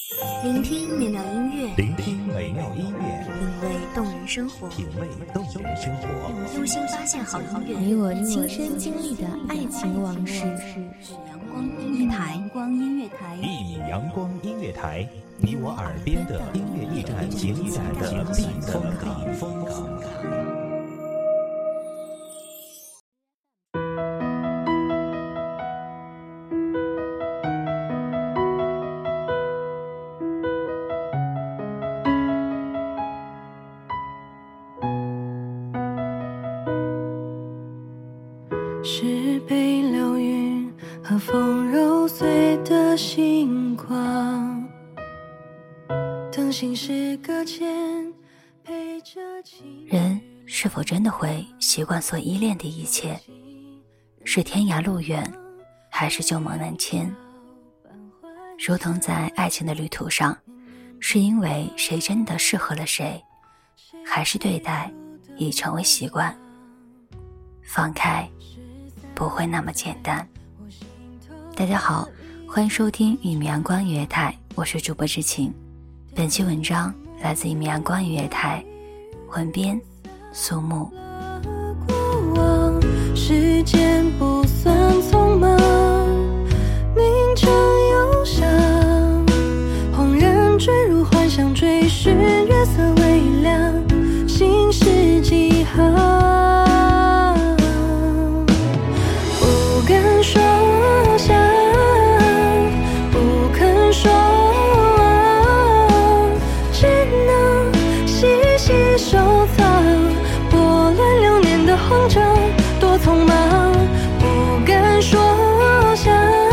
聆听美妙音乐， 聆听美妙音乐， 品味动人生活， 品味动人生活， 用心发现好音乐， 你我亲身经历的爱情往事。 阳光音乐台， 一米阳光音乐台，你我耳边的音乐驿站，情感的避风港。 是被流云和风揉碎的星光，等心事搁浅，陪着情。 人是否真的会习惯所依恋的一切？是天涯路远，还是旧梦难牵？如同在爱情的旅途上，是因为谁真的适合了谁，还是对待已成为习惯？放开不会那么简单。大家好，欢迎收听一米阳光音乐台，我是主播知情。本期文章来自一米阳光音乐台，混编苏木。 时间不算匆忙，明晨忧伤，恍然坠入幻想，追寻月色微亮，心事几行。多匆忙，不敢说想，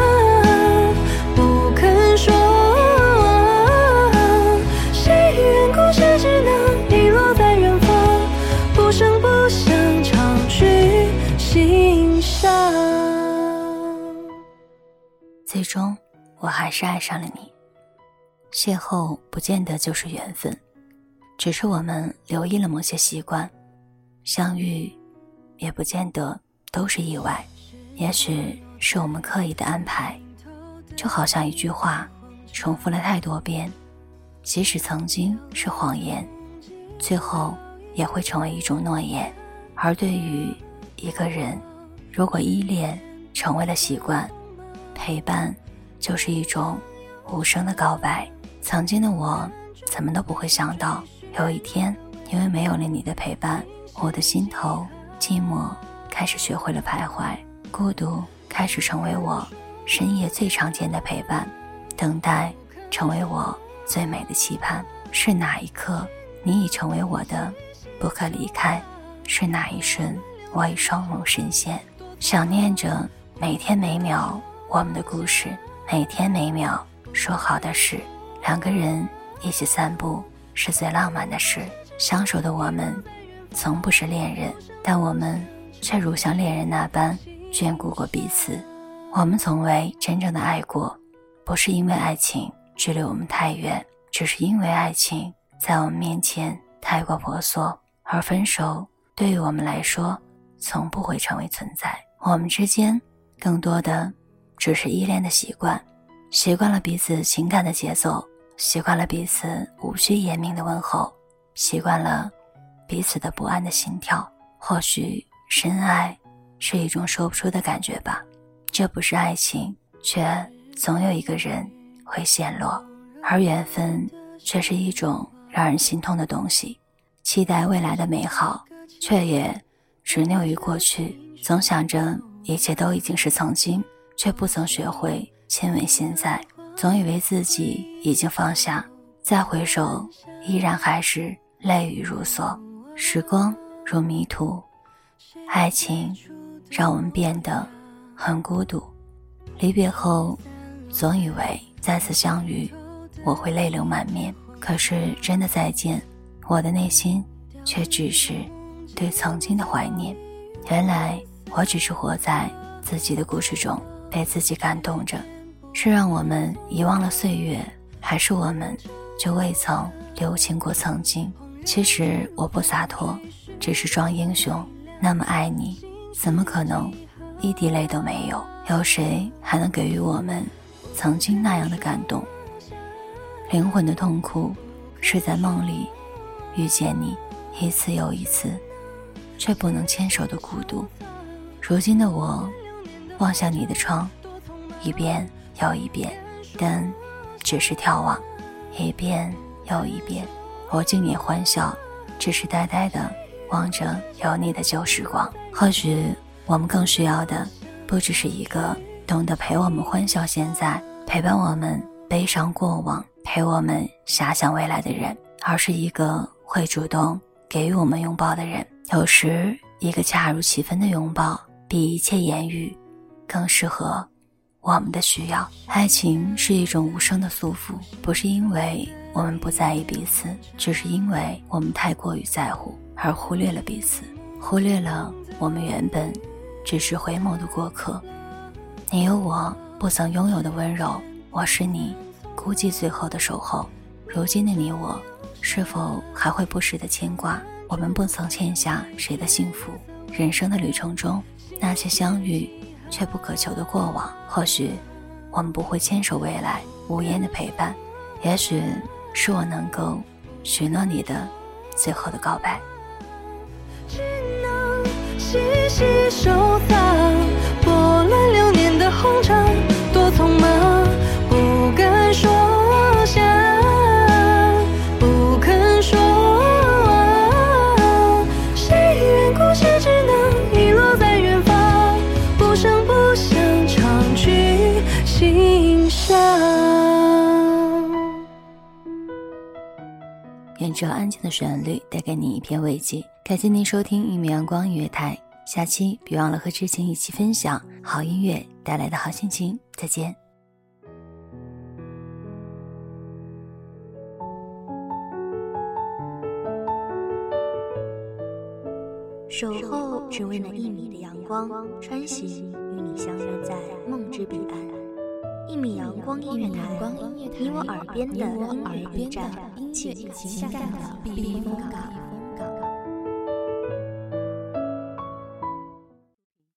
不肯说，谁愿故事只能遗落在远方，不声不响，常去欣赏。 最终我还是爱上了你。邂逅不见得就是缘分，只是我们留意了某些习惯，相遇也不见得都是意外，也许是我们刻意的安排。就好像一句话重复了太多遍，即使曾经是谎言，最后也会成为一种诺言。而对于一个人，如果依恋成为了习惯，陪伴就是一种无声的告白。曾经的我怎么都不会想到，有一天因为没有了你的陪伴，我的心头寂寞开始学会了徘徊，孤独开始成为我深夜最常见的陪伴，等待成为我最美的期盼。是哪一刻你已成为我的不可离开？是哪一瞬我已双龙深陷？想念着每天每秒我们的故事，每天每秒说好的事。两个人一起散步是最浪漫的事。相守的我们从不是恋人，但我们却如像恋人那般眷顾过彼此。我们从未真正的爱过，不是因为爱情距离我们太远，只是因为爱情在我们面前太过婆娑，而分手对于我们来说从不会成为存在。我们之间更多的只是依恋的习惯，习惯了彼此情感的节奏，习惯了彼此无需言明的问候，习惯了彼此的不安的心跳。或许深爱是一种说不出的感觉吧，这不是爱情，却总有一个人会陷落。而缘分却是一种让人心痛的东西，期待未来的美好，却也执拗于过去，总想着一切都已经是曾经，却不曾学会亲吻现在，总以为自己已经放下，再回首依然还是泪雨如梭。时光如迷途，爱情让我们变得很孤独。离别后总以为再次相遇我会泪流满面，可是真的再见，我的内心却只是对曾经的怀念。原来我只是活在自己的故事中，被自己感动着。是让我们遗忘了岁月，还是我们就未曾留情过曾经？其实我不洒脱，只是装英雄。那么爱你，怎么可能一滴泪都没有？有谁还能给予我们曾经那样的感动？ 灵魂的痛苦是在梦里遇见你一次又一次，却不能牵手的孤独。如今的我望向你的窗，一遍又一遍，但只是眺望，一遍又一遍。我竟也欢笑，只是呆呆地望着有你的旧时光。或许我们更需要的不只是一个懂得陪我们欢笑现在，陪伴我们悲伤过往，陪我们遐想未来的人，而是一个会主动给予我们拥抱的人。有时一个恰如其分的拥抱比一切言语更适合我们的需要。爱情是一种无声的束缚，不是因为我们不在意彼此，只是因为我们太过于在乎而忽略了彼此，忽略了我们原本只是回眸的过客。你有我不曾拥有的温柔，我是你孤寂最后的守候。如今的你我是否还会不时的牵挂我们不曾欠下谁的幸福？人生的旅程中那些相遇却不可求的过往，或许我们不会牵手未来无言的陪伴，也许是我能够许诺你的最后的告白。 只能细细收藏，拨乱流年的红尘，多匆忙，不敢说下，不肯说忘，谁愿故事只能遗落在远方，不声不响，长居心上。 沿着安静的旋律带给你一片慰藉。感谢您收听一米阳光音乐台，下期别忘了和知青一起分享好音乐带来的好心情。再见。 守候只为那1米的阳光，穿行与你相约在梦之彼岸。1米阳光音乐台，你我耳边的音乐驿站，情感的避风港。